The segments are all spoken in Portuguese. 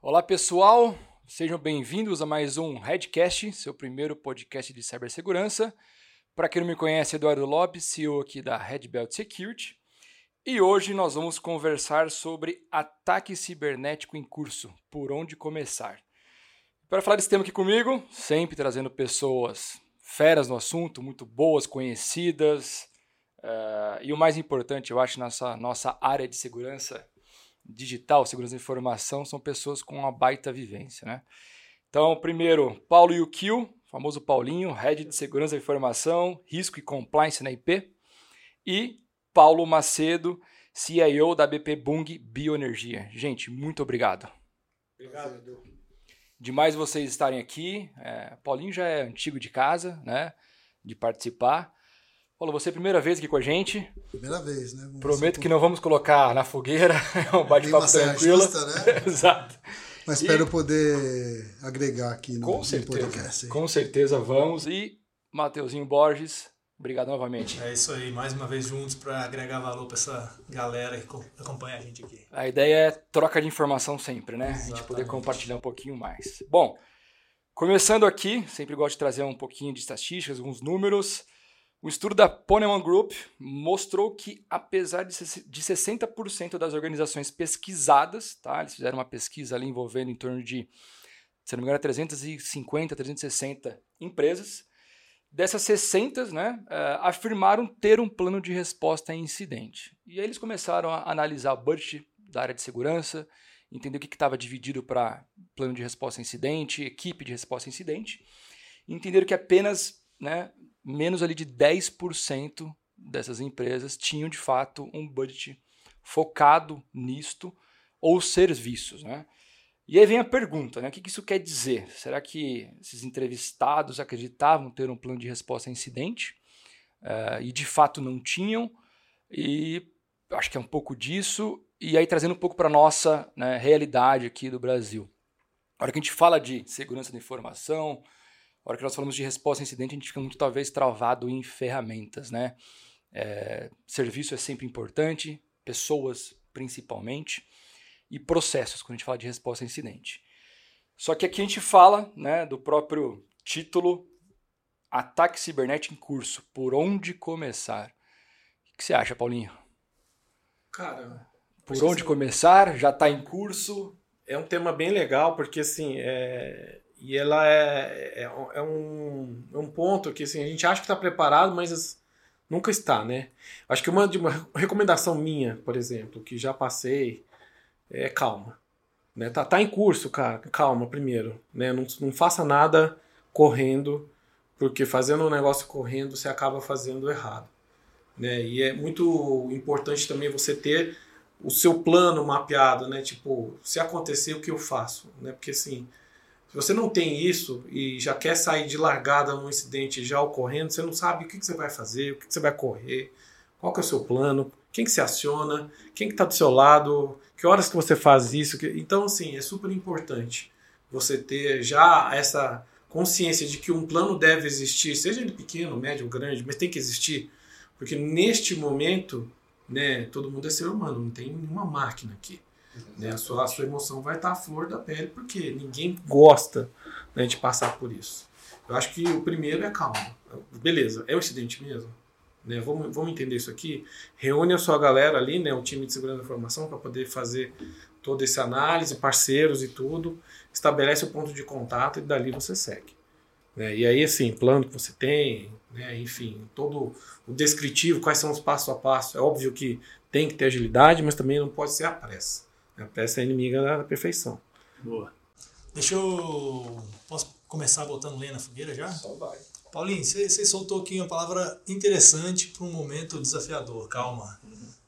Olá pessoal, sejam bem-vindos a mais um Redcast, seu primeiro podcast de cibersegurança. Para quem não me conhece, Eduardo Lopes, CEO aqui da Red Belt Security. E hoje nós vamos conversar sobre ataque cibernético em curso, por onde começar. Para falar desse tema aqui comigo, sempre trazendo pessoas feras no assunto, muito boas, conhecidas, e o mais importante, eu acho, nessa nossa área de segurança digital, segurança da informação, são pessoas com uma baita vivência, né? Então, primeiro, Paulo Yukio, famoso Paulinho, Head de Segurança da Informação, Risco e Compliance na IP, e Paulo Macedo, CIO da BP Bung Bioenergia. Gente, muito obrigado. Obrigado, Edu. Demais vocês estarem aqui. Paulinho já é antigo de casa, né? De participar. Paulo, você é a primeira vez aqui com a gente. Primeira vez, né? Prometo que não vamos colocar na fogueira, é um bate-papo tranquilo. Justa, né? Exato. Mas espero poder agregar aqui no podcast. Com certeza vamos. E Mateuzinho Borges, obrigado novamente. É isso aí, mais uma vez juntos para agregar valor para essa galera que acompanha a gente aqui. A ideia é troca de informação sempre, né? Exatamente. A gente poder compartilhar um pouquinho mais. Bom, começando aqui, sempre gosto de trazer um pouquinho de estatísticas, alguns números. O estudo da Ponemon Group mostrou que, apesar de 60% das organizações pesquisadas, tá? Eles fizeram uma pesquisa ali envolvendo em torno de, se não me engano, 350, 360 empresas, dessas 60, né, afirmaram ter um plano de resposta a incidente. E aí eles começaram a analisar o budget da área de segurança, entender o que estava dividido para plano de resposta a incidente, equipe de resposta a incidente, e entenderam que apenas, né, menos ali de 10% dessas empresas tinham de fato um budget focado nisto ou serviços, né? E aí vem a pergunta, né? O que isso quer dizer? Será que esses entrevistados acreditavam ter um plano de resposta a incidente e de fato não tinham? E acho que é um pouco disso. E aí trazendo um pouco para a nossa, né, realidade aqui do Brasil. A hora que a gente fala de segurança da informação, a hora que nós falamos de resposta a incidente, a gente fica muito, talvez, travado em ferramentas, né? Serviço é sempre importante, pessoas principalmente, e processos, quando a gente fala de resposta a incidente. Só que aqui a gente fala, né, do próprio título, ataque cibernético em curso, por onde começar? O que você acha, Paulinho? Cara, por onde começar? Já está em curso? É um tema bem legal, porque assim, e ela é um ponto que assim, a gente acha que está preparado, mas nunca está, né? Acho que uma recomendação minha, por exemplo, que já passei, é calma. Né? Tá em curso, cara, calma primeiro. Né? Não faça nada correndo, porque fazendo um negócio correndo você acaba fazendo errado. Né? E é muito importante também você ter o seu plano mapeado, né? Tipo, se acontecer, o que eu faço? Né? Porque assim, se você não tem isso e já quer sair de largada num incidente já ocorrendo, você não sabe o que você vai fazer, o que você vai correr, qual que é o seu plano, quem que se aciona, quem que está do seu lado, que horas que você faz isso. Então, assim, é super importante você ter já essa consciência de que um plano deve existir, seja ele pequeno, médio ou grande, mas tem que existir, porque neste momento, né, todo mundo é ser humano, não tem nenhuma máquina aqui. Né? A sua emoção vai estar à flor da pele, porque ninguém gosta, né, de passar por isso. Eu acho que o primeiro é calma. Beleza, é um incidente mesmo? Né? Vamos entender isso aqui. Reúne a sua galera ali, né, o time de segurança da informação, para poder fazer toda essa análise, parceiros e tudo. Estabelece o ponto de contato e dali você segue. Né? E aí, assim, plano que você tem, né, enfim, todo o descritivo, quais são os passos a passo. É óbvio que tem que ter agilidade, mas também não pode ser a pressa. A pressa é inimiga da perfeição. Boa. Posso começar botando lenha na fogueira já? Só vai. Paulinho, você soltou aqui uma palavra interessante para um momento desafiador, calma.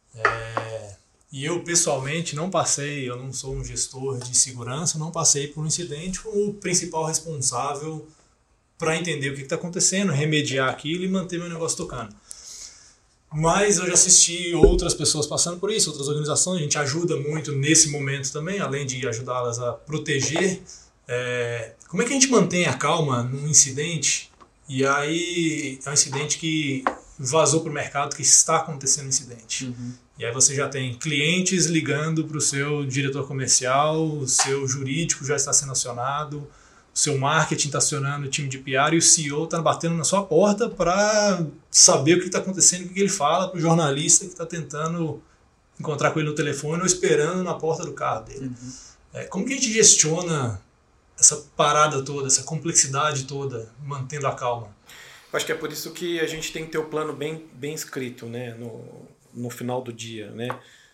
E eu, pessoalmente, eu não sou um gestor de segurança, não passei por um incidente como o principal responsável para entender o que está acontecendo, remediar aquilo e manter meu negócio tocando. Mas eu já assisti outras pessoas passando por isso, outras organizações, a gente ajuda muito nesse momento também, além de ajudá-las a proteger. Como é que a gente mantém a calma num incidente? E aí é um incidente que vazou para o mercado que está acontecendo um incidente. Uhum. E aí você já tem clientes ligando para o seu diretor comercial, o seu jurídico já está sendo acionado, o seu marketing está acionando o time de PR e o CEO está batendo na sua porta para saber o que está acontecendo, o que ele fala para o jornalista que está tentando encontrar com ele no telefone ou esperando na porta do carro dele. Uhum. Como que a gente gestiona essa parada toda, essa complexidade toda, mantendo a calma? Eu acho que é por isso que a gente tem que ter o plano bem escrito, né, no final do dia, né?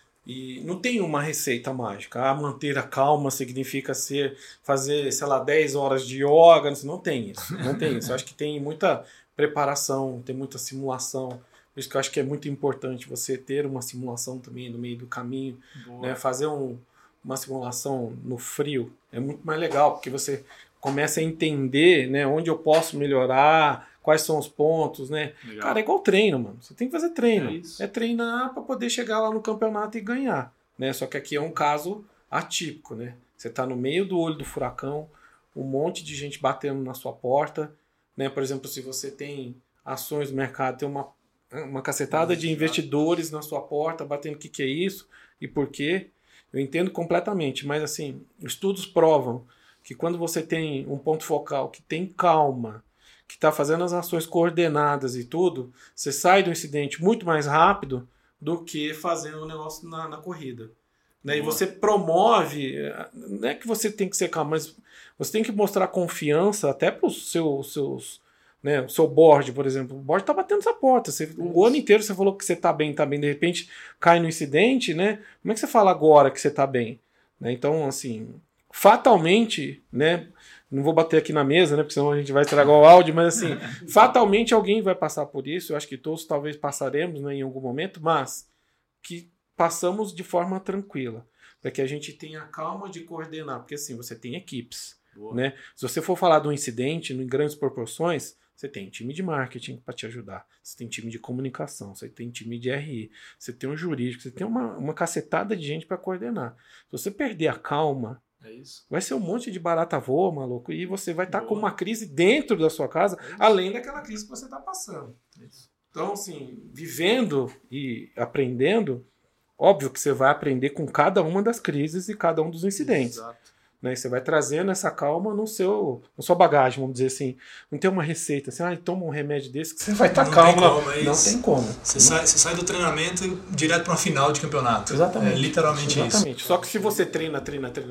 E não tem uma receita mágica. Manter a calma significa fazer, sei lá, 10 horas de yoga. Não tem isso. Não tem isso. Eu acho que tem muita preparação, tem muita simulação. Por isso que eu acho que é muito importante você ter uma simulação também no meio do caminho. Né? Fazer uma simulação no frio é muito mais legal, porque você começa a entender, né, onde eu posso melhorar, quais são os pontos, né? Legal. Cara, é igual treino, mano. Você tem que fazer treino. É treinar para poder chegar lá no campeonato e ganhar, né? Só que aqui é um caso atípico, né? Você tá no meio do olho do furacão, um monte de gente batendo na sua porta, né? Por exemplo, se você tem ações no mercado, tem uma cacetada de investidores na sua porta batendo o que é isso e por quê. Eu entendo completamente, mas assim, estudos provam que quando você tem um ponto focal que tem calma, que está fazendo as ações coordenadas e tudo, você sai do incidente muito mais rápido do que fazendo o negócio na corrida. Né? E você promove, não é que você tem que ser calmo, mas você tem que mostrar confiança até para os seus, né, o seu board, por exemplo. O board está batendo essa porta. O ano inteiro você falou que você está bem, de repente cai no incidente, né? Como é que você fala agora que você está bem? Né? Então, assim, fatalmente, né? Não vou bater aqui na mesa, né? Porque senão a gente vai estragar o áudio, mas assim, fatalmente alguém vai passar por isso. Eu acho que todos talvez passaremos, né, em algum momento, mas que passamos de forma tranquila, para que a gente tenha calma de coordenar, porque assim, você tem equipes, né? Se você for falar de um incidente em grandes proporções, você tem time de marketing para te ajudar, você tem time de comunicação, você tem time de RI, você tem um jurídico, você tem uma cacetada de gente para coordenar. Se você perder a calma, vai ser um monte de barata voa, maluco, e você vai estar com uma crise dentro da sua casa, além daquela crise que você está passando. Então, assim, vivendo e aprendendo, óbvio que você vai aprender com cada uma das crises e cada um dos incidentes. Né? Você vai trazendo essa calma na sua bagagem, vamos dizer assim. Não tem uma receita assim, toma um remédio desse que você vai estar calmo. Não tem como. Você sai do treinamento direto para uma final de campeonato. Exatamente. É literalmente isso. Só que se você treina,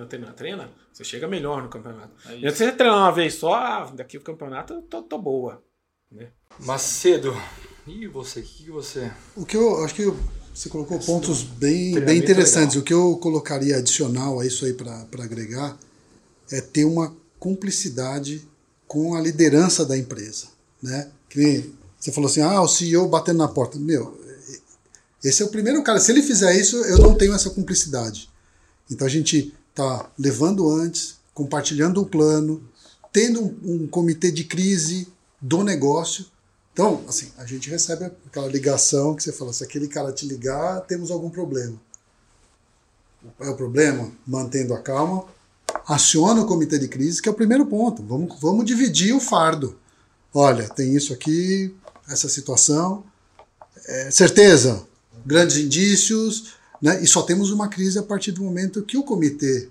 você chega melhor no campeonato. E se você treinar uma vez só, daqui o campeonato eu tô boa. Né? Macedo, e você? O que você... O que eu acho que você colocou pontos bem interessantes. Legal. O que eu colocaria adicional a isso aí para agregar é ter uma cumplicidade com a liderança da empresa. Né? Que você falou assim, o CEO batendo na porta. Meu, esse é o primeiro cara. Se ele fizer isso, eu não tenho essa cumplicidade. Então a gente está levando antes, compartilhando o plano, tendo um comitê de crise do negócio. Então, assim, a gente recebe aquela ligação que você fala, se aquele cara te ligar, temos algum problema. É o problema? Mantendo a calma, aciona o comitê de crise, que é o primeiro ponto. Vamos dividir o fardo. Olha, tem isso aqui, essa situação. Certeza, grandes indícios, né? E só temos uma crise a partir do momento que o comitê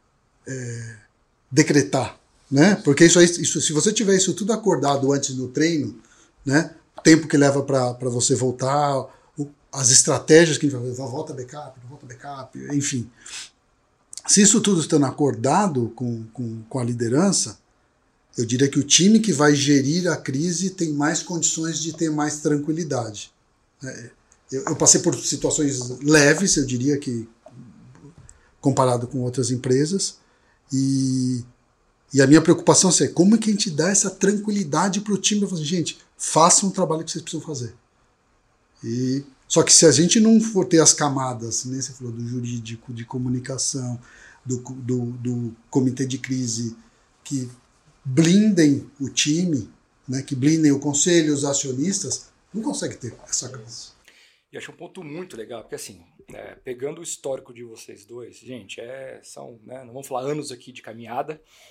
decretar. Né? Porque isso, se você tiver isso tudo acordado antes do treino, né? O tempo que leva para você voltar, as estratégias que a gente vai, volta backup, enfim. Se isso tudo estando acordado com a liderança, eu diria que o time que vai gerir a crise tem mais condições de ter mais tranquilidade. Eu passei por situações leves, eu diria que comparado com outras empresas, e a minha preocupação é como é que a gente dá essa tranquilidade para o time para fazer, gente, façam o trabalho que vocês precisam fazer. Só que se a gente não for ter as camadas, né, você falou do jurídico, de comunicação, do comitê de crise, que blindem o time, né, que blindem o conselho, os acionistas, não consegue ter essa crise. E acho um ponto muito legal, porque assim, pegando o histórico de vocês dois, gente, são, né, não vamos falar anos aqui de caminhada,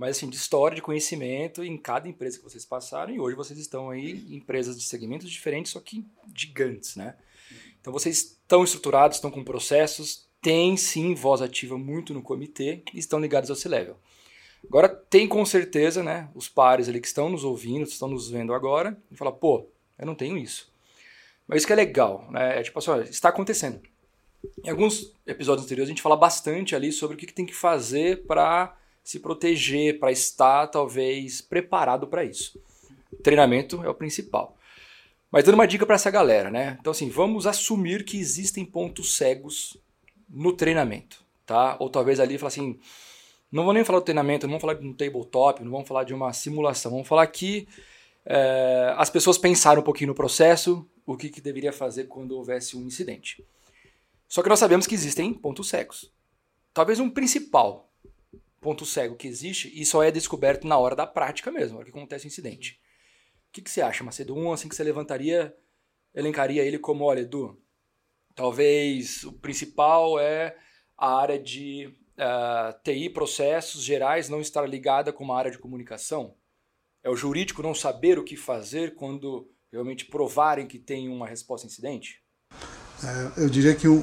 mas assim, de história, de conhecimento em cada empresa que vocês passaram, e hoje vocês estão aí em empresas de segmentos diferentes, só que gigantes, né? Então vocês estão estruturados, estão com processos, têm sim voz ativa muito no comitê e estão ligados ao C-Level. Agora tem com certeza, né, os pares ali que estão nos ouvindo, estão nos vendo agora, e falam, pô, eu não tenho isso. Mas isso que é legal, né? É tipo assim, olha, está acontecendo. Em alguns episódios anteriores a gente fala bastante ali sobre o que tem que fazer para se proteger, para estar talvez preparado para isso. Treinamento é o principal. Mas dando uma dica para essa galera, né? Então assim, vamos assumir que existem pontos cegos no treinamento, tá? Ou talvez ali falar assim, não vou nem falar do treinamento, não vamos falar de um tabletop, não vamos falar de uma simulação, vamos falar que as pessoas pensaram um pouquinho no processo, o que deveria fazer quando houvesse um incidente. Só que nós sabemos que existem pontos cegos. Talvez um principal ponto cego que existe e só é descoberto na hora da prática mesmo, na hora que acontece o incidente. O que você acha, Macedo? Assim que você elencaria ele como, olha, Edu, talvez o principal é a área de TI, processos gerais, não estar ligada com uma área de comunicação? É o jurídico não saber o que fazer quando realmente provarem que tem uma resposta a incidente? Eu diria que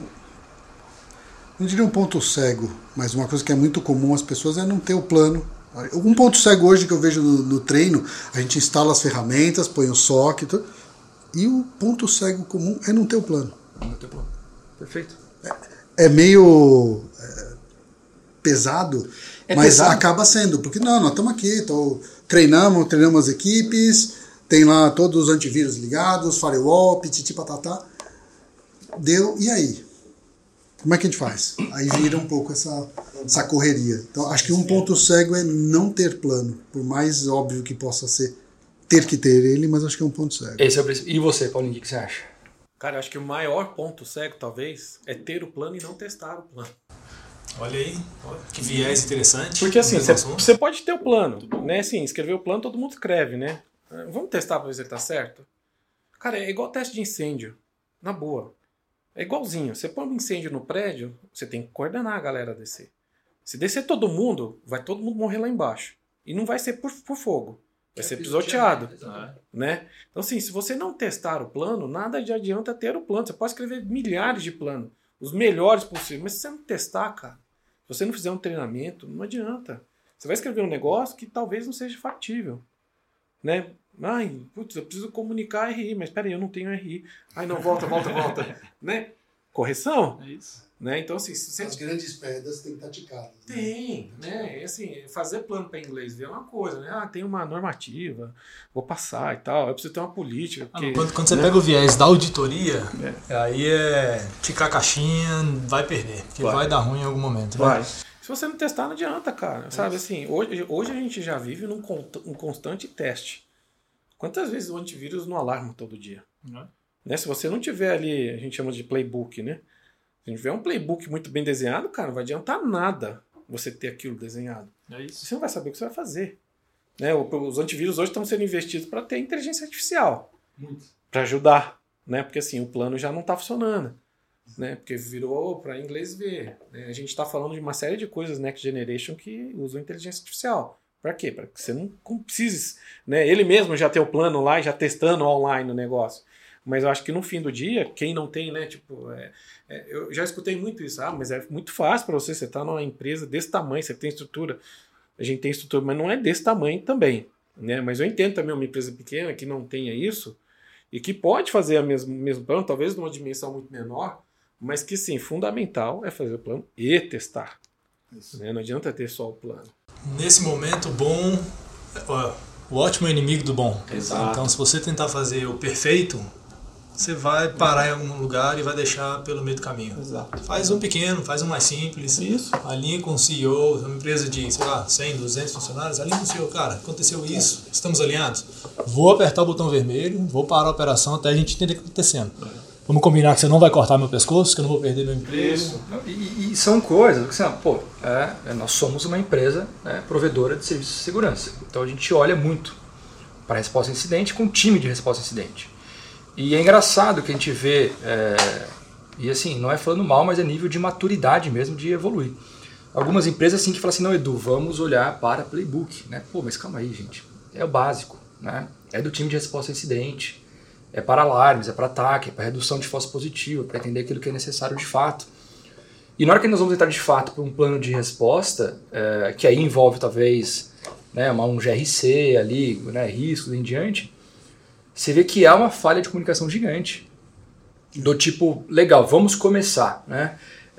não diria um ponto cego, mas uma coisa que é muito comum às pessoas é não ter o plano. Um ponto cego hoje que eu vejo no treino, a gente instala as ferramentas, põe o SOC e o ponto cego comum é não ter o plano. Não ter o plano. Perfeito. É meio pesado, mas pesado. Acaba sendo, porque nós estamos aqui, treinamos as equipes, tem lá todos os antivírus ligados, firewall, pititi patatá. Deu, e aí? Como é que a gente faz? Aí vira um pouco essa correria. Então, acho que um ponto cego é não ter plano. Por mais óbvio que possa ser, ter que ter ele, mas acho que é um ponto cego. Esse é o princípio. E você, Paulinho, o que você acha? Cara, eu acho que o maior ponto cego, talvez, é ter o plano e não testar o plano. Olha aí, que viés interessante. Porque assim, você pode ter o plano, né? Assim, escrever o plano todo mundo escreve, né? Vamos testar pra ver se ele tá certo? Cara, é igual teste de incêndio. Na boa. É igualzinho. Você põe um incêndio no prédio, você tem que coordenar a galera a descer. Se descer todo mundo, vai todo mundo morrer lá embaixo. E não vai ser por fogo. Vai ser pisoteado. Né? Então, assim, se você não testar o plano, nada de adianta ter o plano. Você pode escrever milhares de planos. Os melhores possíveis. Mas se você não testar, cara, se você não fizer um treinamento, não adianta. Você vai escrever um negócio que talvez não seja factível. Né? Ai, putz, eu preciso comunicar RI, mas peraí, eu não tenho RI. Ai, não, volta. Né? Correção? É isso. Né? Então, assim, se você... As grandes pedras têm que estar ticadas. Né? Tem, né? E, assim, fazer plano para inglês ver é uma coisa, né? Tem uma normativa, vou passar e tal, eu preciso ter uma política. Porque, quando você pega o viés da auditoria, aí ticar a caixinha, vai perder, porque vai dar ruim em algum momento. Vai. Né? Se você não testar, não adianta, cara. Sabe, assim, hoje a gente já vive num constante teste. Quantas vezes o antivírus não alarma todo dia? Né? Se você não tiver ali, a gente chama de playbook, né? Se não tiver um playbook muito bem desenhado, cara, não vai adiantar nada você ter aquilo desenhado. É isso. Você não vai saber o que você vai fazer. Né? Os antivírus hoje estão sendo investidos para ter inteligência artificial. Para ajudar. Né? Porque assim, o plano já não está funcionando. Né? Porque virou para inglês ver. Né? A gente está falando de uma série de coisas Next Generation que usam inteligência artificial. Para quê? Para que você não precise. Né? Ele mesmo já tem o plano lá e já testando online o negócio. Mas eu acho que no fim do dia, quem não tem, né? Tipo, eu já escutei muito isso. Mas é muito fácil para você. Você tá numa empresa desse tamanho, você tem estrutura. A gente tem estrutura, mas não é desse tamanho também. Né? Mas eu entendo também uma empresa pequena que não tenha isso e que pode fazer o mesmo plano, talvez numa dimensão muito menor, mas que sim, fundamental é fazer o plano e testar. Né? Não adianta ter só o plano. Nesse momento, bom, o ótimo é inimigo do bom. Exato. Então, se você tentar fazer o perfeito, você vai parar em algum lugar e vai deixar pelo meio do caminho. Exato. Faz um pequeno, faz um mais simples. Isso. Alinha com o CEO, uma empresa de, sei lá, 100, 200 funcionários, alinha com o CEO. Cara, aconteceu isso, estamos alinhados. Vou apertar o botão vermelho, vou parar a operação até a gente entender o que está acontecendo. Vamos combinar que você não vai cortar meu pescoço, que eu não vou perder meu emprego. Isso. E são coisas que, nós somos uma empresa provedora de serviços de segurança. Então a gente olha muito para a resposta a incidente com um time de resposta a incidente. E é engraçado que a gente vê, e assim, não é falando mal, mas é nível de maturidade mesmo de evoluir. algumas empresas assim que falam assim, não, Edu, vamos olhar para playbook, né? Pô, mas calma aí, gente. É o básico, né? É do time de resposta a incidente, é para alarmes, é para ataque, é para redução de falso positivo, para entender aquilo que é necessário de fato. E na hora que nós vamos entrar de fato para um plano de resposta, que aí envolve talvez, né, um GRC ali, né, riscos em diante, você vê que há uma falha de comunicação gigante. Do tipo, legal, vamos começar, né?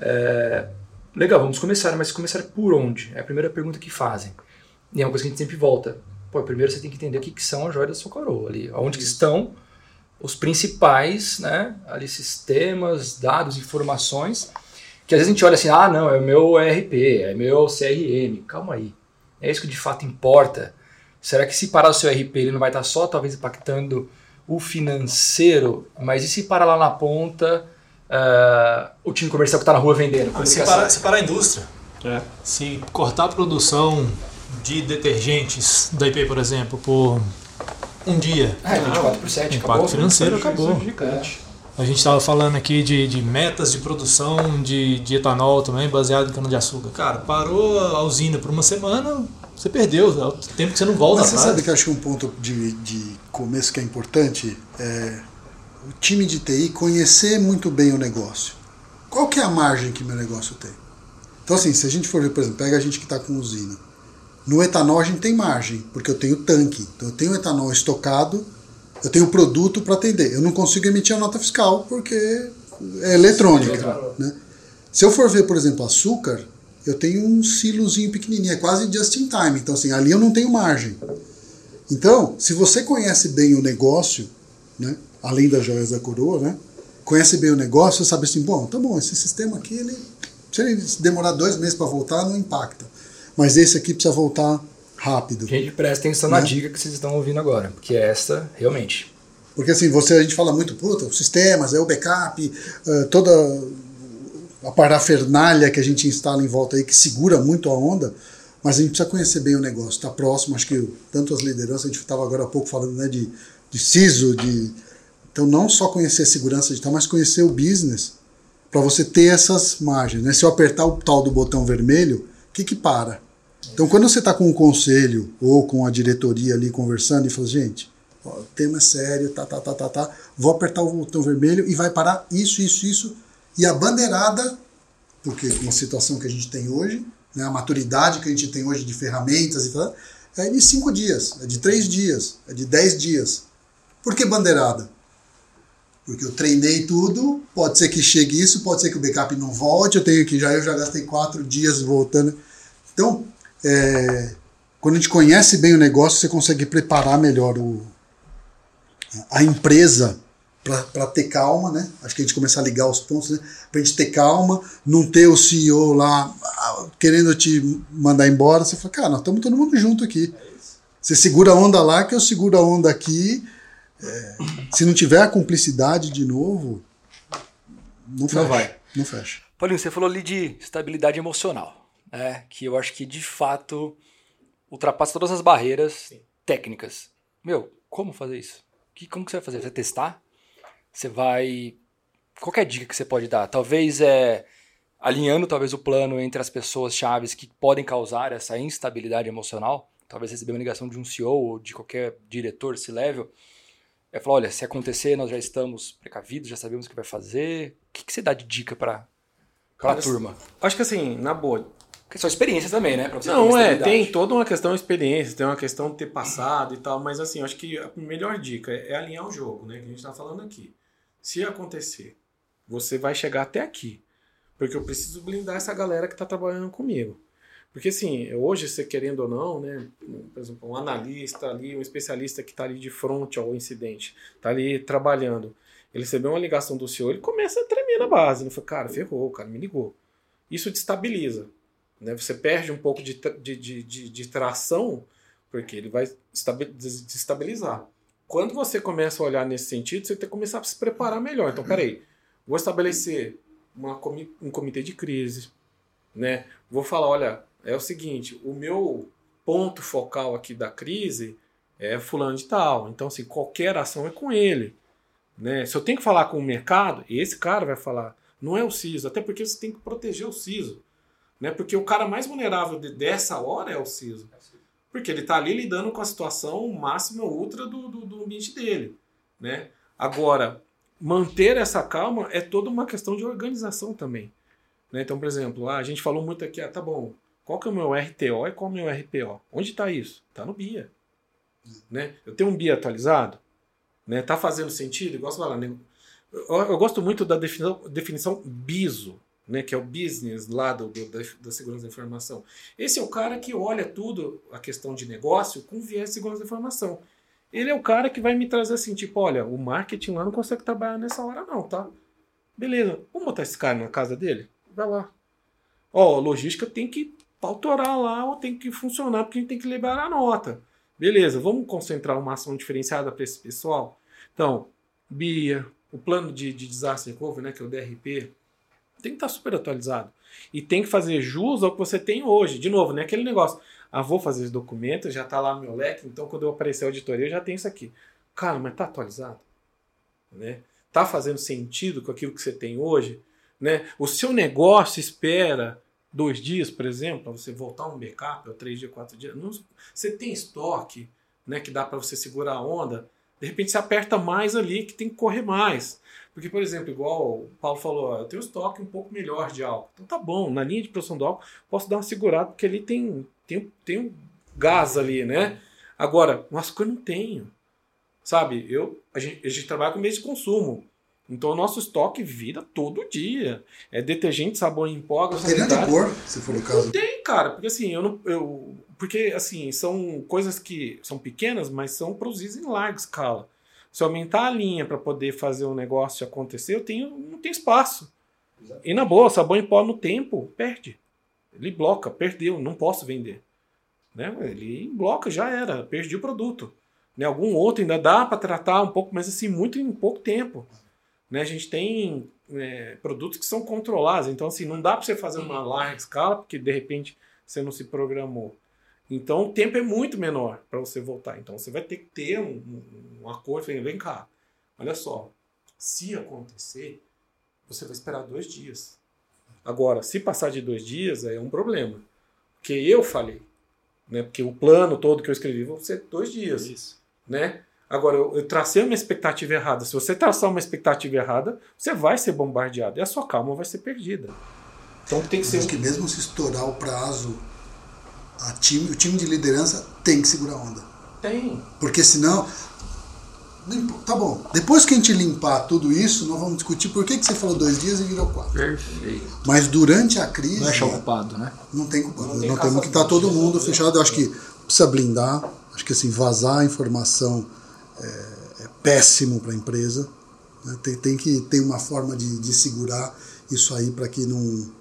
Legal, vamos começar, mas começar por onde? É a primeira pergunta que fazem. E é uma coisa que a gente sempre volta. Pô, primeiro você tem que entender o que são as joias da sua coroa ali. Onde que estão os principais, né, ali, sistemas, dados, informações, que às vezes a gente olha assim, ah, não, é o meu ERP, é meu CRM. Calma aí. É isso que de fato importa? Será que se parar o seu ERP, ele não vai estar só talvez impactando o financeiro, mas e se parar lá na ponta o time comercial que está na rua vendendo? Se parar a indústria. Se cortar a produção de detergentes da IP, por exemplo, por um dia. 24/7, o impacto financeiro acabou. A gente estava falando aqui de metas de produção de etanol também, baseado em cana-de-açúcar. Cara, parou a usina por uma semana, você perdeu. É o tempo que você não volta atrás. Mas você sabe que eu acho que um ponto de começo que é importante é o time de TI conhecer muito bem o negócio. Qual que é a margem que meu negócio tem? Então assim, se a gente for ver, por exemplo, pega a gente que está com usina. No etanol a gente tem margem, porque eu tenho tanque. Então eu tenho etanol estocado, eu tenho produto para atender. Eu não consigo emitir a nota fiscal porque é eletrônica. Né? Se eu for ver, por exemplo, açúcar, eu tenho um silozinho pequenininho, é quase just in time. Então assim, ali eu não tenho margem. Então, se você conhece bem o negócio, né, além das joias da coroa, né, conhece bem o negócio, você sabe assim, bom, tá bom, esse sistema aqui, se ele demorar 2 meses para voltar, não impacta. Mas esse aqui precisa voltar rápido. Gente, presta atenção na dica que vocês estão ouvindo agora, porque é essa, realmente. Porque assim, a gente fala muito, puta, os sistemas, o backup, toda a parafernália que a gente instala em volta aí, que segura muito a onda, mas a gente precisa conhecer bem o negócio, está próximo, acho que tanto as lideranças, a gente estava agora há pouco falando, né, de CISO, então não só conhecer a segurança digital, mas conhecer o business, para você ter essas margens. Né? Se eu apertar o tal do botão vermelho, o que para? Então, quando você está com o conselho ou com a diretoria ali conversando e fala, gente, ó, o tema é sério, vou apertar o botão vermelho e vai parar isso, e a bandeirada, porque com a situação que a gente tem hoje, né, a maturidade que a gente tem hoje de ferramentas e tal, é de 5 dias, é de 3 dias, é de 10 dias. Por que bandeirada? Porque eu treinei tudo, pode ser que chegue isso, pode ser que o backup não volte, eu já gastei 4 dias voltando. Então, quando a gente conhece bem o negócio, você consegue preparar melhor a empresa para ter calma, né? Acho que a gente começar a ligar os pontos, né? Para a gente ter calma, não ter o CEO lá querendo te mandar embora. Você fala, cara, nós estamos todo mundo junto aqui. Você segura a onda lá, que eu seguro a onda aqui. Se não tiver a cumplicidade de novo, não fecha. Não fecha. Paulinho, você falou ali de estabilidade emocional, né? Que eu acho que de fato ultrapassa todas as barreiras técnicas. Como fazer isso? Como que você vai fazer? Você vai testar? Você vai... Qual que é a dica que você pode dar? Talvez alinhando talvez o plano entre as pessoas chaves que podem causar essa instabilidade emocional. Talvez receber uma ligação de um CEO ou de qualquer diretor C-level. Falar, olha, se acontecer, nós já estamos precavidos, já sabemos o que vai fazer. O que você dá de dica para a turma? Acho que assim, na boa... Porque são experiências também, né? Pra você não, tem toda uma questão de experiência, tem uma questão de ter passado e tal, mas assim, acho que a melhor dica é alinhar o jogo, né? Que a gente tá falando aqui. Se acontecer, você vai chegar até aqui. Porque eu preciso blindar essa galera que tá trabalhando comigo. Porque assim, hoje, você querendo ou não, né? Por exemplo, um analista ali, um especialista que tá ali de frente ao incidente, tá ali trabalhando. Ele recebeu uma ligação do CEO, ele começa a tremer na base. Ele fala, cara, ferrou, o cara me ligou. Isso destabiliza. Né? Você perde um pouco de tração, porque ele vai desestabilizar. Quando você começa a olhar nesse sentido, você tem que começar a se preparar melhor. Então, peraí, vou estabelecer um comitê de crise. Né? Vou falar, olha, é o seguinte, o meu ponto focal aqui da crise é fulano de tal. Então, assim, qualquer ação é com ele. Né? Se eu tenho que falar com o mercado, esse cara vai falar, não é o CISO, até porque você tem que proteger o CISO. Né? Porque o cara mais vulnerável dessa hora é o CISO. Porque ele está ali lidando com a situação máxima ou ultra do ambiente dele. Né? Agora, manter essa calma é toda uma questão de organização também. Né? Então, por exemplo, a gente falou muito aqui, tá bom, qual que é o meu RTO e qual é o meu RPO? Onde está isso? Está no BIA. Né? Eu tenho um BIA atualizado? Né? Tá fazendo sentido? Igual você fala, né? Eu gosto muito da definição BISO, né? Que é o business lá da segurança da informação. Esse é o cara que olha tudo, a questão de negócio, com viés de segurança da informação. Ele é o cara que vai me trazer assim, tipo, olha, o marketing lá não consegue trabalhar nessa hora não, tá? Beleza, vamos botar esse cara na casa dele? Vai lá. Ó, a logística tem que autorar lá, ou tem que funcionar, porque a gente tem que liberar a nota. Beleza, vamos concentrar uma ação diferenciada para esse pessoal? Então, BIA, o plano de Disaster Recovery, né, que é o DRP, tem que estar super atualizado. E tem que fazer jus ao que você tem hoje. De novo, né, aquele negócio. Vou fazer esse documento, já está lá no meu leque, então quando eu aparecer a auditoria eu já tenho isso aqui. Cara, mas está atualizado? Né? Tá fazendo sentido com aquilo que você tem hoje? Né? O seu negócio espera 2 dias, por exemplo, para você voltar um backup, ou 3 dias, 4 dias. Não, você tem estoque, né, que dá para você segurar a onda. De repente você aperta mais ali, que tem que correr mais. Porque, por exemplo, igual o Paulo falou, eu tenho estoque um pouco melhor de álcool. Então tá bom, na linha de produção do álcool, posso dar uma segurada, porque ali tem um gás ali, né? Agora, umas coisas eu não tenho. Sabe, a gente trabalha com meios de consumo. Então o nosso estoque vira todo dia. É detergente, sabão em pó, Teria de cor, se for o caso. Não tem, cara, porque assim, porque assim, são coisas que são pequenas, mas são produzidas em larga escala. Se eu aumentar a linha para poder fazer o negócio acontecer, não tenho espaço. Exato. E na boa, sabão em pó no tempo, perde. Ele bloca, perdeu, não posso vender. Né? Ele bloca, já era, perdi o produto. Né? Algum outro ainda dá para tratar um pouco, mas assim, muito em pouco tempo. Né? A gente tem produtos que são controlados, então assim, não dá para você fazer uma larga escala, porque de repente você não se programou. Então o tempo é muito menor para você voltar. Então você vai ter que ter um acordo, vem cá, olha só, se acontecer, você vai esperar 2 dias. Agora, se passar de 2 dias, é um problema. Porque eu falei, né? Porque o plano todo que eu escrevi vai ser 2 dias. Isso. Né? Agora, eu tracei uma expectativa errada. Se você traçar uma expectativa errada, você vai ser bombardeado. E a sua calma vai ser perdida. Então tem que ser... Acho que mesmo se estourar o prazo, o time de liderança tem que segurar a onda. Tem. Porque senão... Tá bom, depois que a gente limpar tudo isso, nós vamos discutir por que você falou 2 dias e virou 4. Perfeito. Mas durante a crise... Não é culpado, né? Não tem culpado. Nós temos que estar todo mundo fechado. Eu acho que precisa blindar. Acho que assim, vazar a informação é péssimo para a empresa. Né? Tem que ter uma forma de segurar isso aí para que não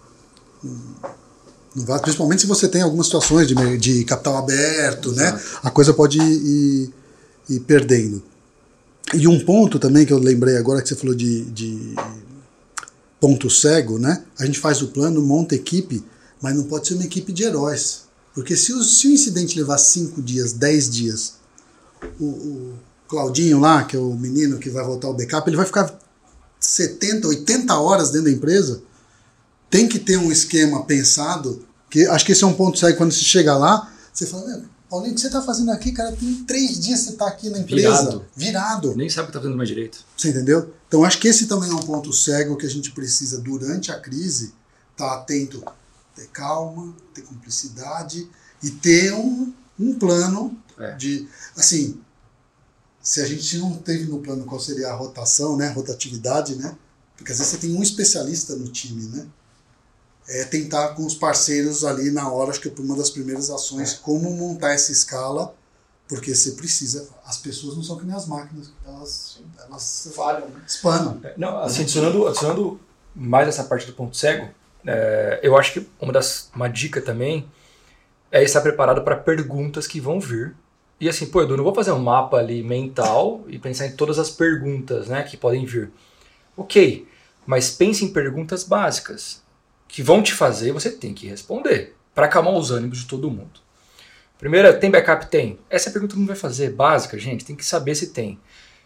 vá. Principalmente se você tem algumas situações de capital aberto, né? A coisa pode ir perdendo. E um ponto também que eu lembrei agora que você falou de ponto cego, né? A gente faz o plano, monta equipe, mas não pode ser uma equipe de heróis. Porque se o incidente levar 5 dias, 10 dias, o Claudinho lá, que é o menino que vai voltar o backup, ele vai ficar 70, 80 horas dentro da empresa. Tem que ter um esquema pensado, que acho que esse é um ponto cego. Quando você chega lá, você fala, Paulinho, o que você está fazendo aqui, cara? Tem 3 dias que você está aqui na empresa. Virado. Nem sabe o que está fazendo mais direito. Você entendeu? Então acho que esse também é um ponto cego que a gente precisa, durante a crise, estar atento, ter calma, ter cumplicidade e ter um plano de... Assim, se a gente não teve no plano qual seria a rotação, né? Rotatividade, né? Porque às vezes você tem um especialista no time, né? Tentar com os parceiros ali na hora, acho que é uma das primeiras ações, como montar essa escala, porque você precisa, as pessoas não são que nem as máquinas, elas falham, né? Espanam. Não, assim, adicionando mais essa parte do ponto cego, eu acho que uma dica também é estar preparado para perguntas que vão vir. E assim, Edu, não vou fazer um mapa ali mental e pensar em todas as perguntas, né, que podem vir. Ok, mas pense em perguntas básicas que vão te fazer e você tem que responder para acalmar os ânimos de todo mundo. Primeira, tem backup? Tem. Essa pergunta não vai fazer, básica, gente, tem que saber se tem.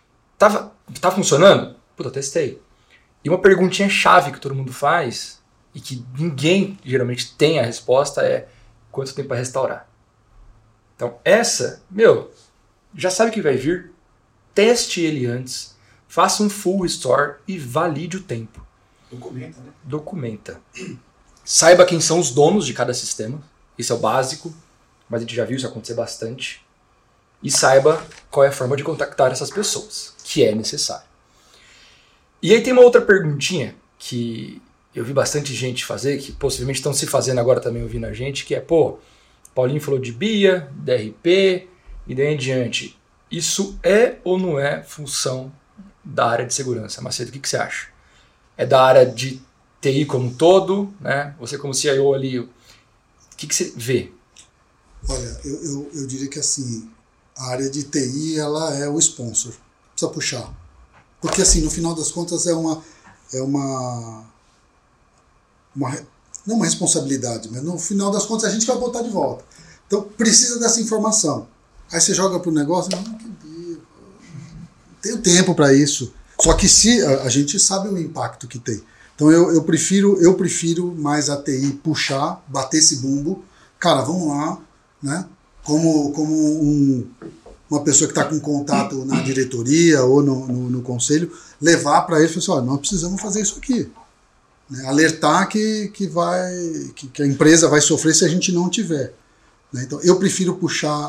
Tá funcionando? Puta, eu testei. E uma perguntinha chave que todo mundo faz, e que ninguém geralmente tem a resposta é quanto tempo para restaurar. Então essa, já sabe que vai vir, teste ele antes, faça um full restore e valide o tempo. Documenta, né? Documenta. Saiba quem são os donos de cada sistema, isso é o básico, mas a gente já viu isso acontecer bastante. E saiba qual é a forma de contactar essas pessoas, que é necessário. E aí tem uma outra perguntinha que eu vi bastante gente fazer, que possivelmente estão se fazendo agora também ouvindo a gente, que é, Paulinho falou de BIA, DRP e daí em diante. Isso é ou não é função da área de segurança? Macedo, o que você acha? É da área de TI como um todo, né? Você como CIO ali, o que você vê? Olha, eu diria que assim, a área de TI ela é o sponsor. Precisa puxar. Porque assim, no final das contas não é uma responsabilidade, mas no final das contas a gente vai botar de volta. Então precisa dessa informação. Aí você joga pro negócio, não tenho tempo para isso. Só que se a gente sabe o impacto que tem. Então eu prefiro mais a TI puxar, bater esse bumbo. Cara, vamos lá, né? Como uma pessoa que está com contato na diretoria ou no conselho, levar para ele e falar assim, nós precisamos fazer isso aqui. Né? Alertar que a empresa vai sofrer se a gente não tiver. Né? Então eu prefiro puxar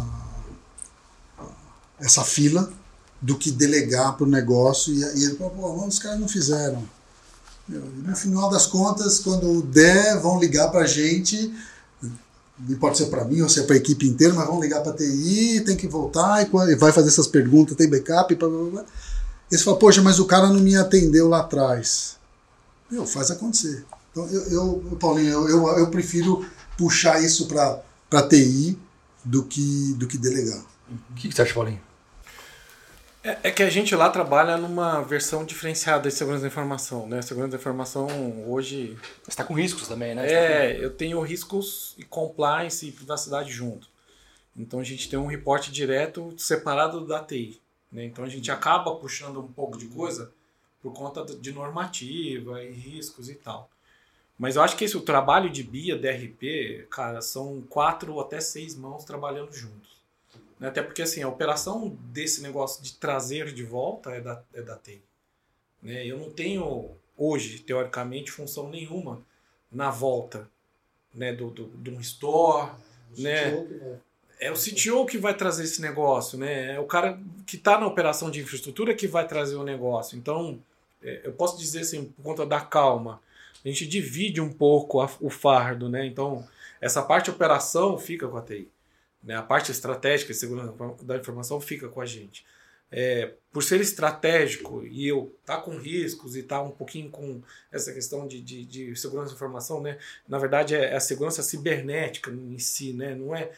essa fila do que delegar para o negócio e ele fala, os caras não fizeram. No final das contas, quando der, vão ligar para a gente, não pode ser para mim ou se é para a equipe inteira, mas vão ligar para a TI, tem que voltar e vai fazer essas perguntas, tem backup, blá, blá, blá. E você fala, poxa, mas o cara não me atendeu lá atrás. Faz acontecer. Então, Paulinho, eu prefiro puxar isso para TI do que delegar. O que você acha, Paulinho? É que a gente lá trabalha numa versão diferenciada de segurança da informação, né? Segurança da informação hoje... Você está com riscos também, né? Eu tenho riscos e compliance e privacidade junto. Então a gente tem um reporte direto separado da TI. Né? Então a gente acaba puxando um pouco de coisa por conta de normativa e riscos e tal. Mas eu acho que o trabalho de BIA, DRP, cara, são 4 ou até 6 mãos trabalhando juntos. Até porque assim, a operação desse negócio de trazer de volta é da TI. Né? Eu não tenho hoje, teoricamente, função nenhuma na volta, né, do um store. Né? É o CTO que vai trazer esse negócio. Né? É o cara que está na operação de infraestrutura que vai trazer o negócio. Então, eu posso dizer assim, por conta da calma, a gente divide um pouco o fardo. Né? Então, essa parte de operação fica com a TI. Né? A parte estratégica de segurança da informação fica com a gente. Por ser estratégico e eu estar com riscos e estar um pouquinho com essa questão de segurança da informação, né? Na verdade é a segurança cibernética em si, né? Não é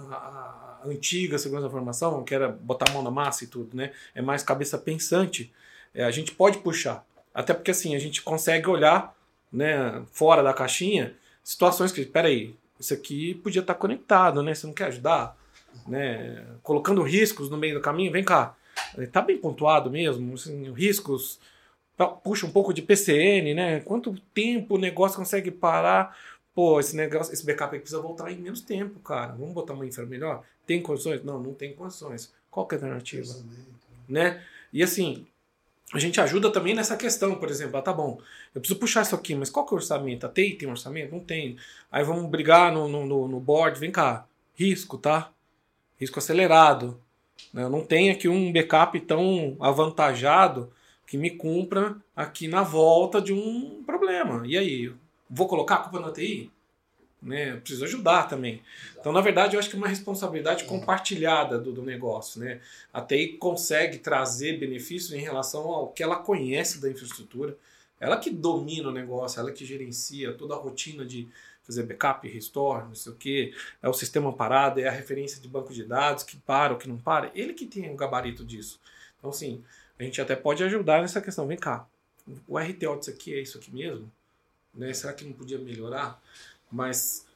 a antiga segurança da informação, que era botar a mão na massa e tudo, né? É mais cabeça pensante. A gente pode puxar, até porque assim a gente consegue olhar, né, fora da caixinha situações que, peraí, isso aqui podia estar conectado, né? Você não quer ajudar? Né? Colocando riscos no meio do caminho, vem cá. Está bem pontuado mesmo? Assim, riscos, puxa um pouco de PCN, né? Quanto tempo o negócio consegue parar? Pô, esse backup aqui precisa voltar em menos tempo, cara. Vamos botar uma infra melhor? Tem condições? Não tem condições. Qual que é a alternativa? Né? E assim, a gente ajuda também nessa questão, por exemplo, tá bom, eu preciso puxar isso aqui, mas qual que é o orçamento? A TI tem orçamento? Não tem. Aí vamos brigar no board, vem cá, risco, tá? Risco acelerado. Eu não tenho aqui um backup tão avantajado que me cumpra aqui na volta de um problema. E aí, vou colocar a culpa na TI? Né? Eu preciso ajudar também. Então, na verdade, eu acho que é uma responsabilidade compartilhada do negócio. Né? A TI consegue trazer benefícios em relação ao que ela conhece da infraestrutura. Ela que domina o negócio, ela que gerencia toda a rotina de fazer backup, restore, não sei o que, é o sistema parado, é a referência de banco de dados, que para ou que não para. Ele que tem o gabarito disso. Então, assim, a gente até pode ajudar nessa questão. Vem cá, o RTO disso aqui é isso aqui mesmo? Né? Será que não podia melhorar? Mas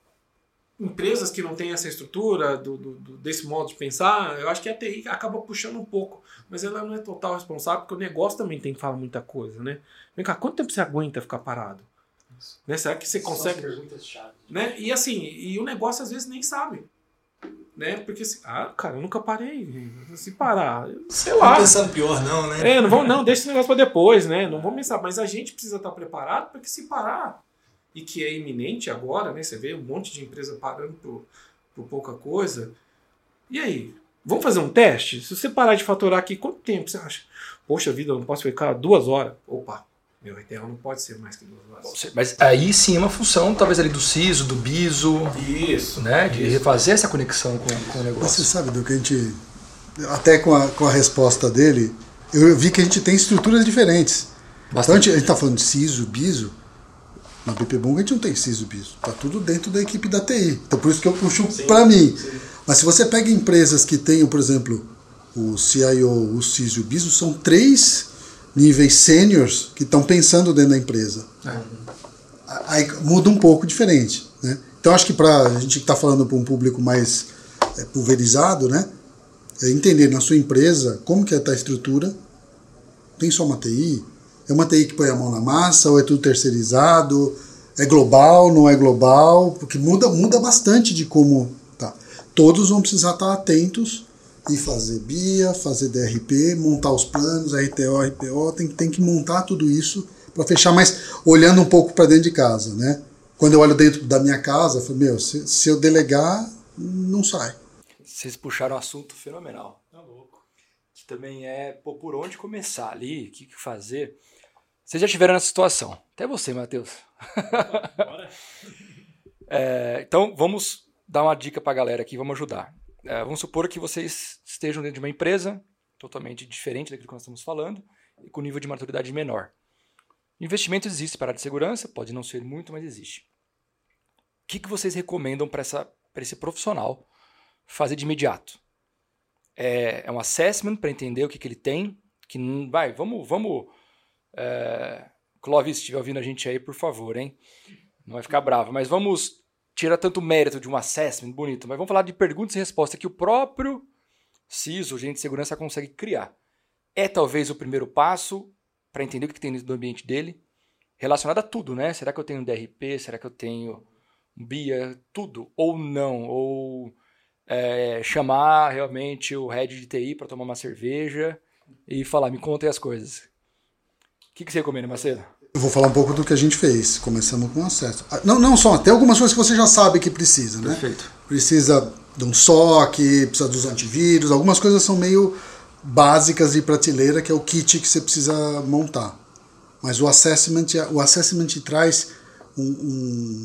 empresas que não têm essa estrutura desse modo de pensar, eu acho que a TI acaba puxando um pouco, mas ela não é total responsável, porque o negócio também tem que falar muita coisa, né? Vem cá, quanto tempo você aguenta ficar parado? Né? Será que você consegue? Né? E assim, e o negócio às vezes nem sabe. Né? Porque assim, cara, eu nunca parei. Se parar, sei lá. Não pensando pior, não, né? Não, deixa esse negócio pra depois, né? Não vamos pensar. Mas a gente precisa estar preparado, porque se parar, e que é iminente agora, né? Você vê um monte de empresa parando por pouca coisa. E aí? Vamos fazer um teste? Se você parar de faturar aqui, quanto tempo você acha? Poxa vida, eu não posso ficar 2 horas. Opa, meu RTL não pode ser mais que 2 horas. Mas aí sim é uma função, talvez ali do CISO, do BISO. Isso. Né? De refazer essa conexão com o negócio. Você sabe do que a gente... Até com a resposta dele, eu vi que a gente tem estruturas diferentes. Bastante. Então a gente está falando de CISO, BISO. Na BP Bung a gente não tem CISO, BISO. Está tudo dentro da equipe da TI. Então por isso que eu puxo para mim. Sim. Mas se você pega empresas que tenham, por exemplo, o CIO, o CISO e o BISO, são 3 níveis sêniors que estão pensando dentro da empresa. Aí muda um pouco diferente, né? Então acho que para a gente que está falando para um público mais pulverizado, né, é entender na sua empresa como que está a estrutura. Tem só uma TI? É uma TI que põe a mão na massa ou é tudo terceirizado? É global, não é global? Porque muda bastante de como tá. Todos vão precisar estar atentos e fazer BIA, fazer DRP, montar os planos, RTO, RPO, tem que montar tudo isso para fechar, mas olhando um pouco para dentro de casa, né? Quando eu olho dentro da minha casa, eu falo, se eu delegar, não sai. Vocês puxaram um assunto fenomenal. Tá louco. Que também é por onde começar ali, o que fazer. Vocês já tiveram nessa situação. Até você, Matheus. Bora. Então, vamos dar uma dica para a galera aqui, vamos ajudar. Vamos supor que vocês estejam dentro de uma empresa totalmente diferente daquilo que nós estamos falando e com nível de maturidade menor. Investimento existe para a área de segurança, pode não ser muito, mas existe. O que vocês recomendam para esse profissional fazer de imediato? É um assessment para entender o que ele tem, vamos Clóvis, se estiver ouvindo a gente aí, por favor, hein? Não vai ficar bravo, mas vamos tirar tanto mérito de um assessment bonito, mas vamos falar de perguntas e respostas que o próprio CISO, o gerente de segurança, consegue criar. É talvez o primeiro passo para entender o que tem dentro do ambiente dele, relacionado a tudo, né? Será que eu tenho um DRP? Será que eu tenho um BIA? Tudo. Ou não. Ou chamar realmente o head de TI para tomar uma cerveja e falar, me contem as coisas. O que você recomenda, Macedo? Eu vou falar um pouco do que a gente fez. Começamos com acesso. Não só, até algumas coisas que você já sabe que precisa, né? Perfeito. Precisa de um SOC, precisa dos antivírus, algumas coisas são meio básicas de prateleira, que é o kit que você precisa montar. Mas o assessment traz um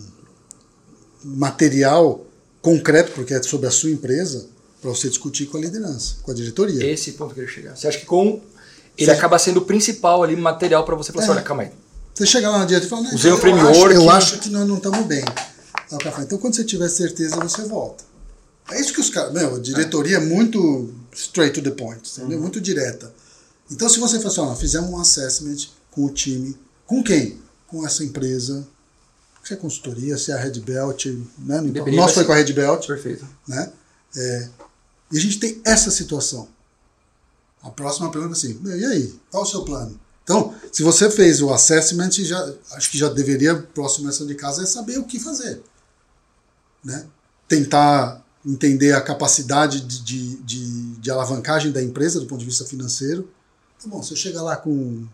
material concreto, porque é sobre a sua empresa, para você discutir com a liderança, com a diretoria. Esse ponto que eu queria chegar. Você acha que ele acaba sendo o principal ali, material para você falar assim, olha, calma aí. Você chega lá na diretoria e fala, usei um framework. Eu acho que nós não estamos bem. Aí o cara fala, então quando você tiver certeza, você volta. É isso que os caras... a diretoria é muito straight to the point, entendeu? Muito direta. Então se você fala assim, fizemos um assessment com o time, com quem? Com essa empresa, se é consultoria, se é a Red Belt, né? Nós foi com a Red Belt. Perfeito. Né? E a gente tem essa situação. A próxima pergunta é assim, e aí, qual o seu plano? Então, se você fez o assessment, acho que já deveria, a próxima lição de casa é saber o que fazer. Né? Tentar entender a capacidade de alavancagem da empresa do ponto de vista financeiro. Tá bom, se eu chegar lá com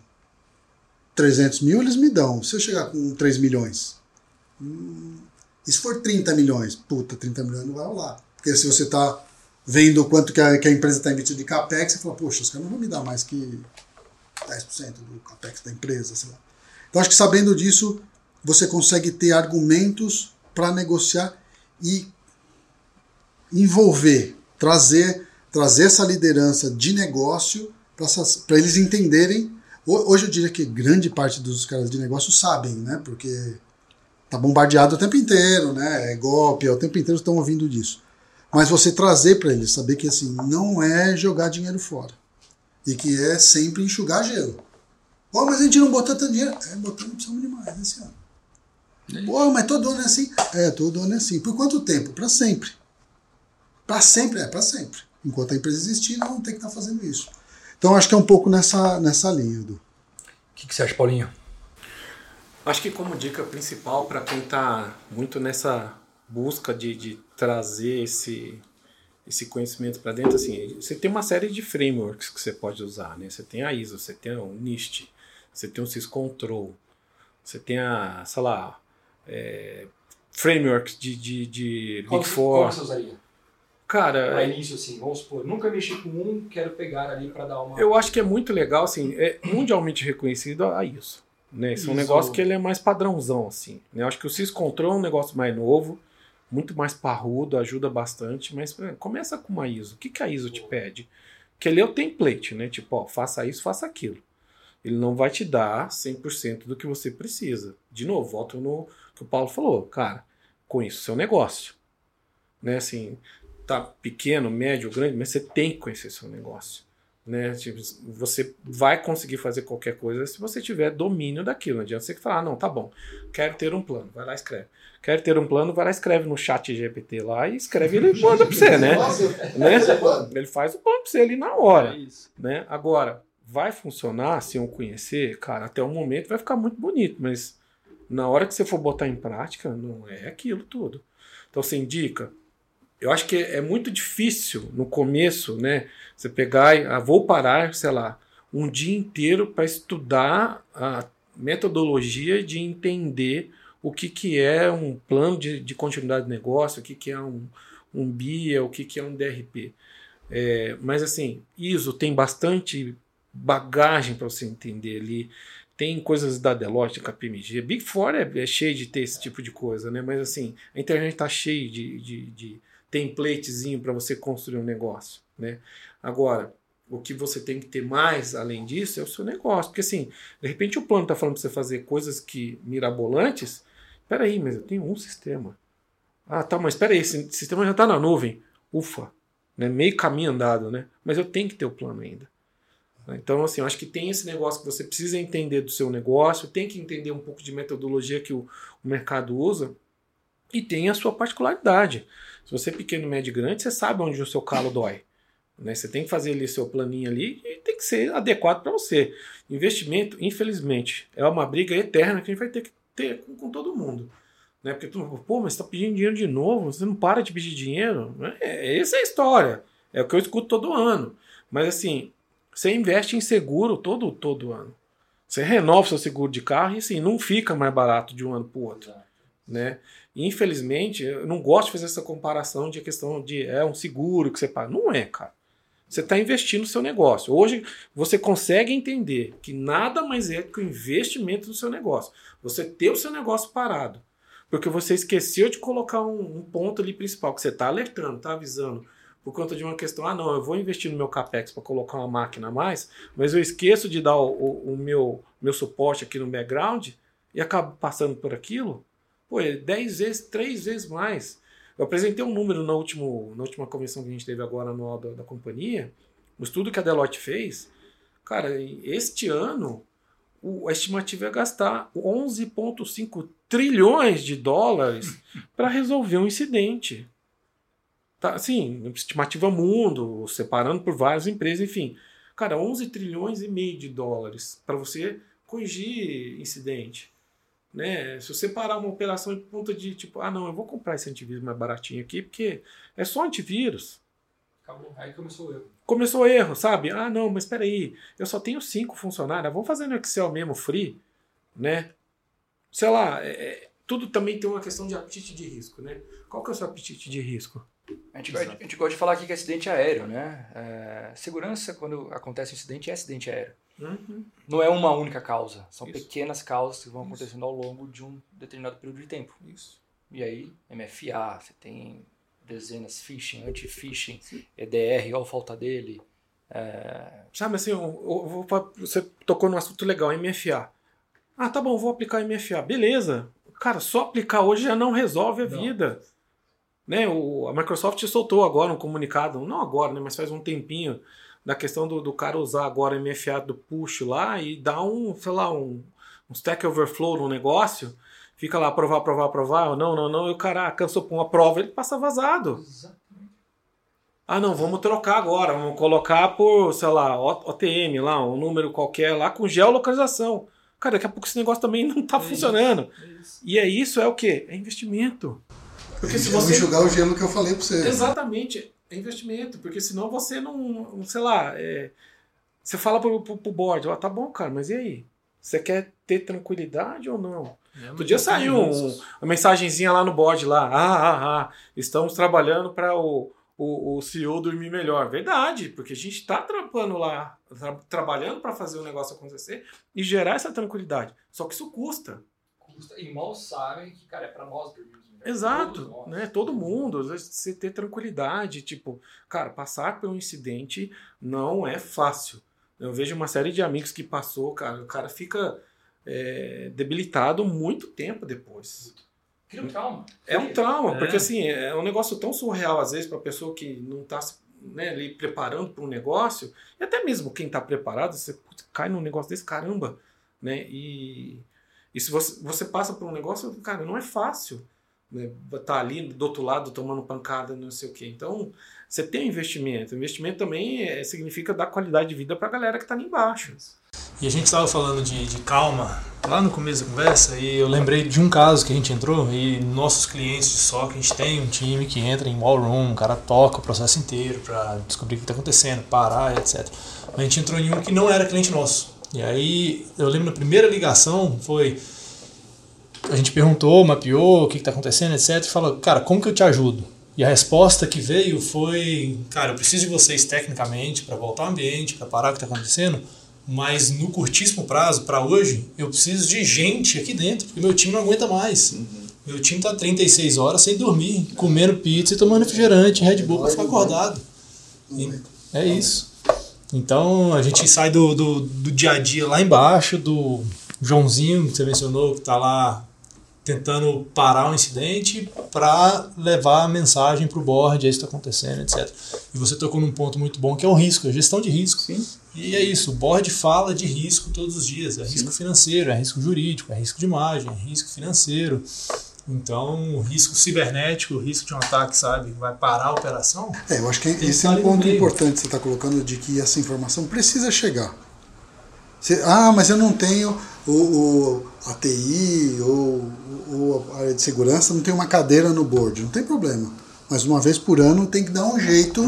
300 mil, eles me dão. Se eu chegar com 3 milhões, e se for 30 milhões? 30 milhões não vai rolar. Porque se você está vendo o quanto que a empresa está investindo de CAPEX, você fala, poxa, os caras não vão me dar mais que 10% do CAPEX da empresa, sei lá. Então acho que sabendo disso, você consegue ter argumentos para negociar e envolver, trazer essa liderança de negócio para eles entenderem. Hoje eu diria que grande parte dos caras de negócio sabem, né? Porque tá bombardeado o tempo inteiro, né? É golpe, o tempo inteiro estão ouvindo disso. Mas você trazer para eles, saber que assim, não é jogar dinheiro fora. E que é sempre enxugar gelo. Pô, mas a gente não botou tanto dinheiro. Botamos precisamos demais esse ano. Pô, mas todo ano é assim? Todo ano é assim. Por quanto tempo? Para sempre. Para sempre? Para sempre. Enquanto a empresa existir, nós vamos ter que estar fazendo isso. Então acho que é um pouco nessa linha, Edu. O que você acha, Paulinho? Acho que como dica principal para quem está muito nessa busca de trazer esse conhecimento para dentro, assim, você tem uma série de frameworks que você pode usar, né? Você tem a ISO, você tem o NIST, você tem o SysControl, você tem a, sei lá, frameworks de Big Four. Qual você usaria? Cara, Para início, assim, vamos supor, nunca mexi com um, quero pegar ali para dar uma... eu acho que é muito legal, assim, é mundialmente reconhecido a ISO. Né? Isso é um ISO. negócio que ele é mais padrãozão, assim. Né? Eu acho que o SysControl é um negócio mais novo, muito mais parrudo, ajuda bastante, mas começa com uma ISO. O que a ISO te pede? Que ele é o template, né? Tipo, ó, faça isso, faça aquilo. Ele não vai te dar 100% do que você precisa. De novo, volto no que o Paulo falou. Cara, conheça o seu negócio. Né? Assim, tá pequeno, médio, grande, mas você tem que conhecer seu negócio. Né? Tipo, você vai conseguir fazer qualquer coisa se você tiver domínio daquilo. Não adianta você falar, não, tá bom, quero ter um plano, vai lá e escreve. Quero ter um plano, vai lá e escreve no chat GPT lá e escreve, ele manda pra você, né? Ele faz o plano pra você ali na hora. Né? Agora, vai funcionar se eu conhecer? Cara, até o momento vai ficar muito bonito, mas na hora que você for botar em prática, não é aquilo tudo. Então, você indica. Eu acho que é muito difícil no começo, né? Você pegar e vou parar, sei lá, um dia inteiro para estudar a metodologia de entender o que é um plano de continuidade de negócio, o que é um BIA, o que é um DRP. Mas assim, ISO tem bastante bagagem para você entender ali. Tem coisas da Deloitte, da KPMG. Big Four é cheio de ter esse tipo de coisa, né? Mas assim, a internet está cheia de templatezinho para você construir um negócio, né? Agora, o que você tem que ter mais além disso é o seu negócio. Porque assim, de repente o plano está falando para você fazer coisas que mirabolantes. Espera aí, mas eu tenho um sistema. Ah, tá, mas espera aí, esse sistema já está na nuvem. Ufa, né? Meio caminho andado, né? Mas eu tenho que ter o plano ainda. Então, assim, eu acho que tem esse negócio que você precisa entender do seu negócio, tem que entender um pouco de metodologia que o mercado usa e tem a sua particularidade. Se você é pequeno, médio e grande, você sabe onde o seu calo dói. Né? Você tem que fazer ali seu planinho ali e tem que ser adequado para você. Investimento, infelizmente, é uma briga eterna que a gente vai ter que ter com todo mundo. Né? Porque tu, pô, mas você está pedindo dinheiro de novo, você não para de pedir dinheiro. Essa é a história. É o que eu escuto todo ano. Mas assim, você investe em seguro todo ano. Você renova o seu seguro de carro e assim, não fica mais barato de um ano para o outro. Né? E, infelizmente, eu não gosto de fazer essa comparação de questão de um seguro que você paga. Não é, cara. Você está investindo no seu negócio. Hoje você consegue entender que nada mais é do que o investimento no seu negócio. Você ter o seu negócio parado. Porque você esqueceu de colocar um ponto ali principal, que você está alertando, está avisando, por conta de uma questão, não, eu vou investir no meu CAPEX para colocar uma máquina a mais, mas eu esqueço de dar o meu suporte aqui no background e acabo passando por aquilo. Pô, 10 vezes, 3 vezes mais. Eu apresentei um número na última convenção que a gente teve agora anual da companhia, o estudo que a Deloitte fez, cara, este ano a estimativa é gastar 11,5 trilhões de dólares para resolver um incidente. Tá, assim, estimativa mundo, separando por várias empresas, enfim. Cara, 11 trilhões e meio de dólares para você corrigir incidente. Né? Se você parar uma operação em ponta de tipo, não, eu vou comprar esse antivírus mais baratinho aqui, porque é só antivírus. Acabou. Aí começou o erro. Começou o erro, sabe? Não, mas espera aí, eu só tenho 5 funcionários, vamos fazer no Excel mesmo, free, né? Sei lá, tudo também tem uma questão de apetite de risco, né? Qual que é o seu apetite de risco? A gente gosta de falar aqui que é acidente aéreo, né? Segurança, quando acontece um incidente, é acidente aéreo. Uhum. Não é uma única causa, são Isso. pequenas causas que vão acontecendo ao longo de um determinado período de tempo. Isso. E aí, MFA, você tem dezenas, phishing, anti-phishing, EDR, olha a falta dele. Sabe assim, você tocou num assunto legal, MFA. Tá bom, vou aplicar MFA. Beleza. Cara, só aplicar hoje já não resolve a vida. Né? A Microsoft soltou agora um comunicado, não agora, né, mas faz um tempinho, da questão do cara usar agora MFA do push lá e dar um Stack Overflow no negócio, fica lá, aprovar, não, e o cara cansou por uma prova, ele passa vazado. Exatamente. Não, vamos trocar agora, vamos colocar por, sei lá, OTM lá, um número qualquer lá com geolocalização. cara, daqui a pouco esse negócio também não tá funcionando. E isso é o quê? É investimento. Porque se você enxugar o gelo que eu falei para você. Exatamente, é investimento, porque senão você não sei lá, você fala pro board, tá bom, cara, mas e aí? Você quer ter tranquilidade ou não? Outro dia saiu uma mensagenzinha lá no board lá, estamos trabalhando para o CEO dormir melhor. Verdade, porque a gente está trampando lá, trabalhando para fazer o negócio acontecer e gerar essa tranquilidade. Só que isso custa. E mal sabem que, cara, é para nós dormirmos melhor. Exato, né? Todo mundo, você ter tranquilidade, tipo, cara, passar por um incidente não é fácil. Eu vejo uma série de amigos que passou, cara, o cara fica debilitado muito tempo depois. Cria um trauma. É um trauma, porque assim, é um negócio tão surreal às vezes para a pessoa que não está ali preparando para um negócio, e até mesmo quem está preparado, você cai num negócio desse, caramba, né? E se você passa por um negócio, cara, não é fácil, né? Tá ali do outro lado tomando pancada, não sei o quê. Então, você tem investimento. Investimento também significa dar qualidade de vida para a galera que está ali embaixo. E a gente estava falando de calma lá no começo da conversa e eu lembrei de um caso que a gente entrou e nossos clientes de SOC, a gente tem um time que entra em War Room, o cara toca o processo inteiro para descobrir o que está acontecendo, parar, etc. Mas a gente entrou em um que não era cliente nosso. E aí eu lembro na primeira ligação foi... A gente perguntou, mapeou o que está acontecendo, etc. E falou, cara, como que eu te ajudo? E a resposta que veio foi, cara, eu preciso de vocês tecnicamente para voltar ao ambiente, para parar o que está acontecendo, mas no curtíssimo prazo, para hoje, eu preciso de gente aqui dentro, porque meu time não aguenta mais. Meu time está 36 horas sem dormir, comendo pizza e tomando refrigerante, Red Bull para ficar acordado. É isso. Então a gente sai do dia a dia lá embaixo, do Joãozinho, que você mencionou, que está lá tentando parar o incidente para levar a mensagem para o board, isso está acontecendo, etc. E você tocou num ponto muito bom, que é o risco, a gestão de risco. Sim. E é isso, o board fala de risco todos os dias, é risco financeiro, é risco jurídico, é risco de imagem, é risco financeiro. Então, o risco cibernético, o risco de um ataque, sabe, vai parar a operação. Eu acho que esse é um ponto importante que você está colocando, de que essa informação precisa chegar. Mas eu não tenho a TI ou a área de segurança, não tem uma cadeira no board. Não tem problema. Mas uma vez por ano tem que dar um jeito,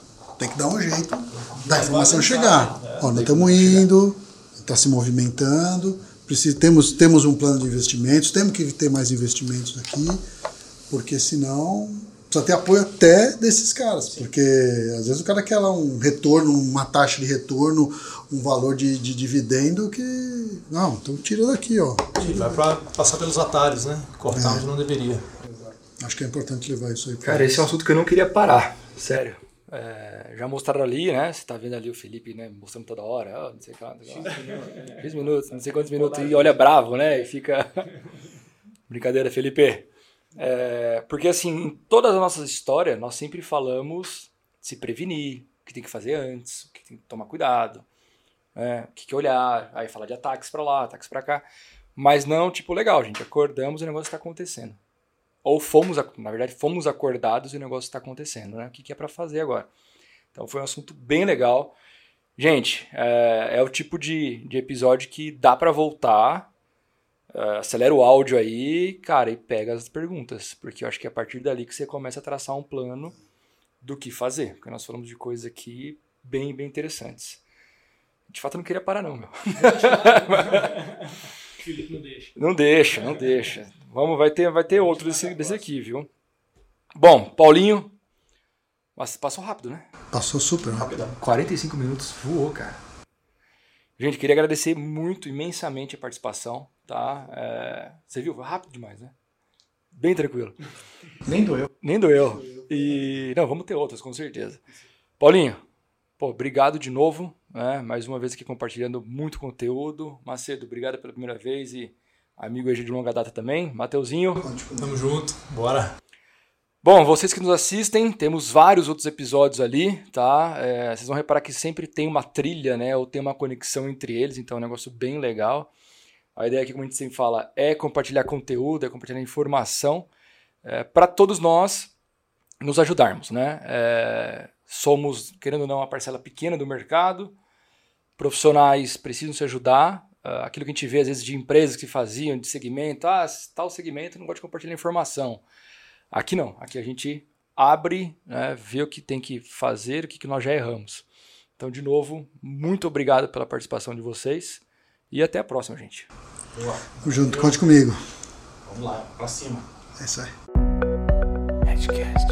da informação chegar. Nós estamos indo, está se movimentando, temos um plano de investimentos, temos que ter mais investimentos aqui, porque senão precisa ter apoio até desses caras, porque às vezes o cara quer lá um retorno, uma taxa de retorno, um valor de dividendo que... Não, então tira daqui, ó. Vai para passar pelos atalhos, né? Cortar onde não deveria. Acho que é importante levar isso aí. Cara, esse é um assunto que eu não queria parar, sério. Já mostraram ali, né? Você tá vendo ali o Felipe, né? Mostrando toda hora, não sei o que lá. 15 minutos, não sei quantos minutos, e olha bravo, né? E fica... Brincadeira, Felipe. Porque assim, em todas as nossas histórias, nós sempre falamos de se prevenir, o que tem que fazer antes, o que tem que tomar cuidado, o que olhar, aí falar de ataques pra lá, ataques pra cá, mas não, tipo, legal, gente, acordamos e o negócio está acontecendo. Ou na verdade, fomos acordados e o negócio está acontecendo, né? O que é pra fazer agora? Então foi um assunto bem legal. Gente, é o tipo de episódio que dá pra voltar. Acelera o áudio aí, cara, e pega as perguntas, porque eu acho que é a partir dali que você começa a traçar um plano do que fazer, porque nós falamos de coisas aqui bem, bem interessantes. De fato, eu não queria parar não, meu. Felipe não deixa. Não deixa. Vai ter outro desse aqui, viu? Bom, Paulinho, mas passou rápido, né? Passou super rápido. 45 minutos, voou, cara. Gente, queria agradecer muito, imensamente a participação, tá? Você viu? Foi rápido demais, né? Bem tranquilo. Nem doeu. E não, vamos ter outras, com certeza. Paulinho, obrigado de novo, né? Mais uma vez aqui compartilhando muito conteúdo. Macedo, obrigado pela primeira vez e amigo aí de longa data também. Mateuzinho. Tamo junto, bora. Bom, vocês que nos assistem, temos vários outros episódios ali, tá? Vocês vão reparar que sempre tem uma trilha, né? Ou tem uma conexão entre eles, então é um negócio bem legal. A ideia aqui, como a gente sempre fala, é compartilhar conteúdo, é compartilhar informação para todos nós nos ajudarmos, né? Somos, querendo ou não, uma parcela pequena do mercado, profissionais precisam se ajudar, aquilo que a gente vê às vezes de empresas que faziam, de segmento, tal segmento não gosta de compartilhar informação. Aqui não, aqui a gente abre, né, vê o que tem que fazer, o que nós já erramos. Então, de novo, muito obrigado pela participação de vocês e até a próxima, gente. Tamo junto, conte comigo. Vamos lá, pra cima. É isso aí. Edcast.